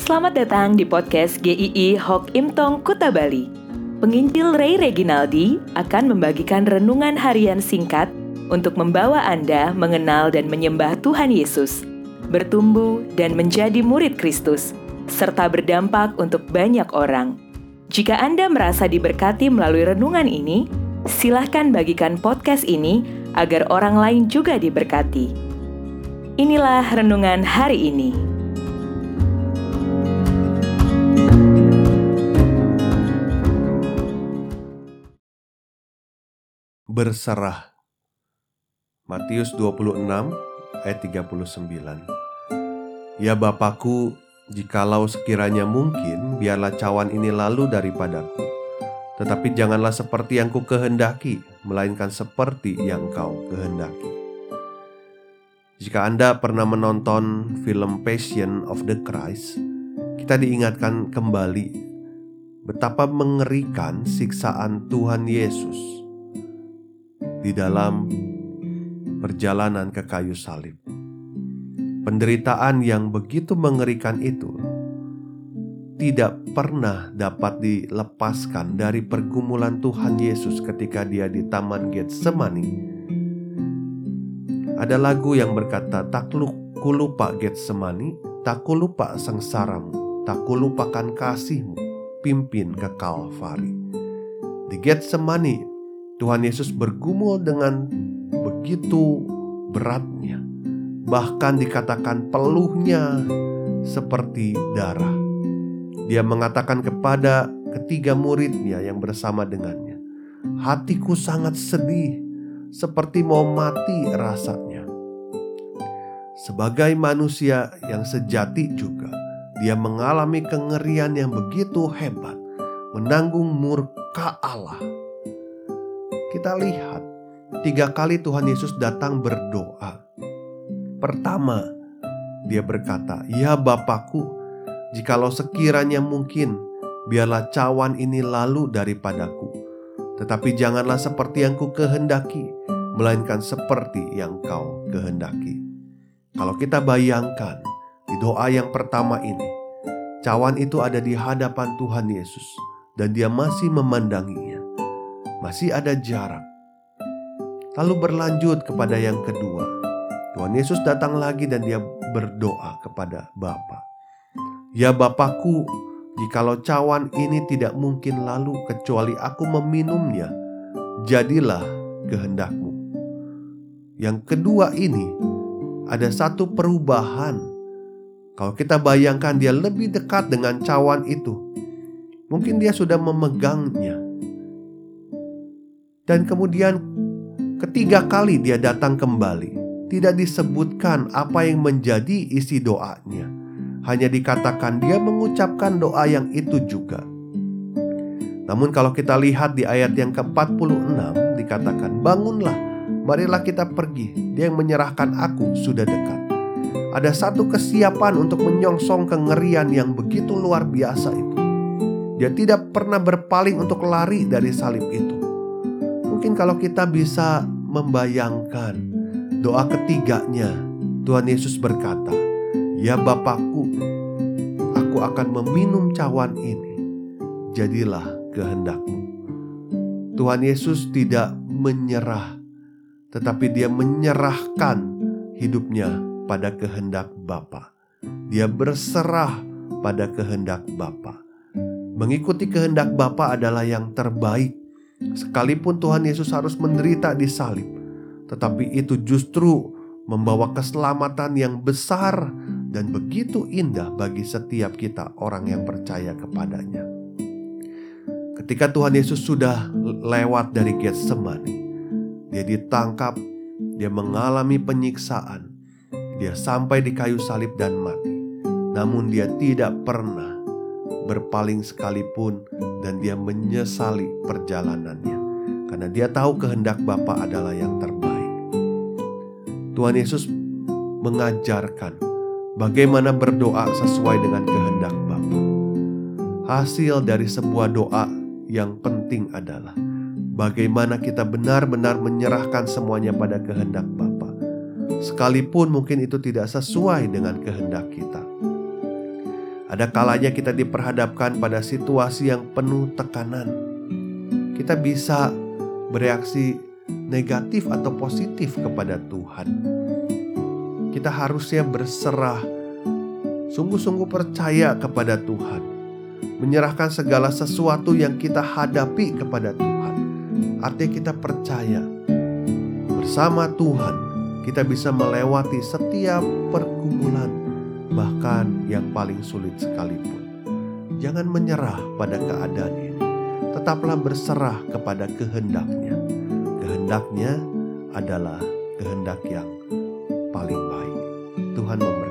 Selamat datang di podcast GII Hok Im Tong Kuta Bali. Penginjil Ray Reginaldi akan membagikan renungan harian singkat untuk membawa Anda mengenal dan menyembah Tuhan Yesus, bertumbuh dan menjadi murid Kristus, serta berdampak untuk banyak orang. Jika Anda merasa diberkati melalui renungan ini, silahkan bagikan podcast ini agar orang lain juga diberkati. Inilah renungan hari ini. Berserah. Matius 26 ayat 39. Ya Bapakku, jikalau sekiranya mungkin, biarlah cawan ini lalu daripadaku. Tetapi janganlah seperti yang ku kehendaki, melainkan seperti yang kau kehendaki. Jika Anda pernah menonton film Passion of the Christ, kita diingatkan kembali betapa mengerikan siksaan Tuhan Yesus di dalam perjalanan ke kayu salib. Penderitaan yang begitu mengerikan itu tidak pernah dapat dilepaskan dari pergumulan Tuhan Yesus ketika dia di Taman Getsemani. Ada lagu yang berkata, tak kulupa Getsemani, tak kulupa sengsaramu, tak kulupakan kasihmu, pimpin ke Kalvari. Di Getsemani, Tuhan Yesus bergumul dengan begitu beratnya. Bahkan dikatakan peluhnya seperti darah. Dia mengatakan kepada ketiga muridnya yang bersama dengannya, hatiku sangat sedih, seperti mau mati rasanya. Sebagai manusia yang sejati juga, dia mengalami kengerian yang begitu hebat, menanggung murka Allah. Kita lihat 3 kali Tuhan Yesus datang berdoa. Pertama, dia berkata, ya Bapakku, jikalau sekiranya mungkin, biarlah cawan ini lalu daripadaku. Tetapi janganlah seperti yang ku kehendaki, melainkan seperti yang kau kehendaki. Kalau kita bayangkan di doa yang pertama ini, cawan itu ada di hadapan Tuhan Yesus dan dia masih memandanginya. Masih ada jarak. Lalu berlanjut kepada yang kedua. Tuhan Yesus datang lagi dan dia berdoa kepada Bapa. Ya Bapakku, jikalau cawan ini tidak mungkin lalu kecuali aku meminumnya, jadilah kehendak-Mu. Yang kedua ini ada satu perubahan. Kalau kita bayangkan dia lebih dekat dengan cawan itu, mungkin dia sudah memegangnya. Dan kemudian ketiga kali dia datang kembali. Tidak disebutkan apa yang menjadi isi doanya. Hanya dikatakan dia mengucapkan doa yang itu juga. Namun kalau kita lihat di ayat yang ke-46 dikatakan, bangunlah, marilah kita pergi. Dia yang menyerahkan aku sudah dekat. Ada satu kesiapan untuk menyongsong kengerian yang begitu luar biasa itu. Dia tidak pernah berpaling untuk lari dari salib itu. Mungkin kalau kita bisa membayangkan doa ketiganya, Tuhan Yesus berkata, ya Bapakku, aku akan meminum cawan ini, jadilah kehendak-Mu. Tuhan Yesus tidak menyerah, tetapi dia menyerahkan hidupnya pada kehendak Bapa. Dia berserah pada kehendak Bapa. Mengikuti kehendak Bapa adalah yang terbaik. Sekalipun Tuhan Yesus harus menderita di salib, tetapi itu justru membawa keselamatan yang besar dan begitu indah bagi setiap kita orang yang percaya kepadanya. Ketika Tuhan Yesus sudah lewat dari Getsemani, dia ditangkap, dia mengalami penyiksaan, dia sampai di kayu salib dan mati. Namun dia tidak pernah berpaling sekalipun dan dia menyesali perjalanannya karena dia tahu kehendak Bapa adalah yang terbaik. Tuhan Yesus mengajarkan bagaimana berdoa sesuai dengan kehendak Bapa. Hasil dari sebuah doa yang penting adalah bagaimana kita benar-benar menyerahkan semuanya pada kehendak Bapa, sekalipun mungkin itu tidak sesuai dengan kehendak kita. Ada kalanya kita diperhadapkan pada situasi yang penuh tekanan. Kita bisa bereaksi negatif atau positif kepada Tuhan. Kita harusnya berserah, sungguh-sungguh percaya kepada Tuhan, menyerahkan segala sesuatu yang kita hadapi kepada Tuhan. Artinya kita percaya bersama Tuhan kita bisa melewati setiap pergumulan, bahkan yang paling sulit sekalipun. Jangan menyerah pada keadaan ini. Tetaplah berserah kepada kehendak-Nya. Kehendak-Nya adalah kehendak yang paling baik. Tuhan memberkati.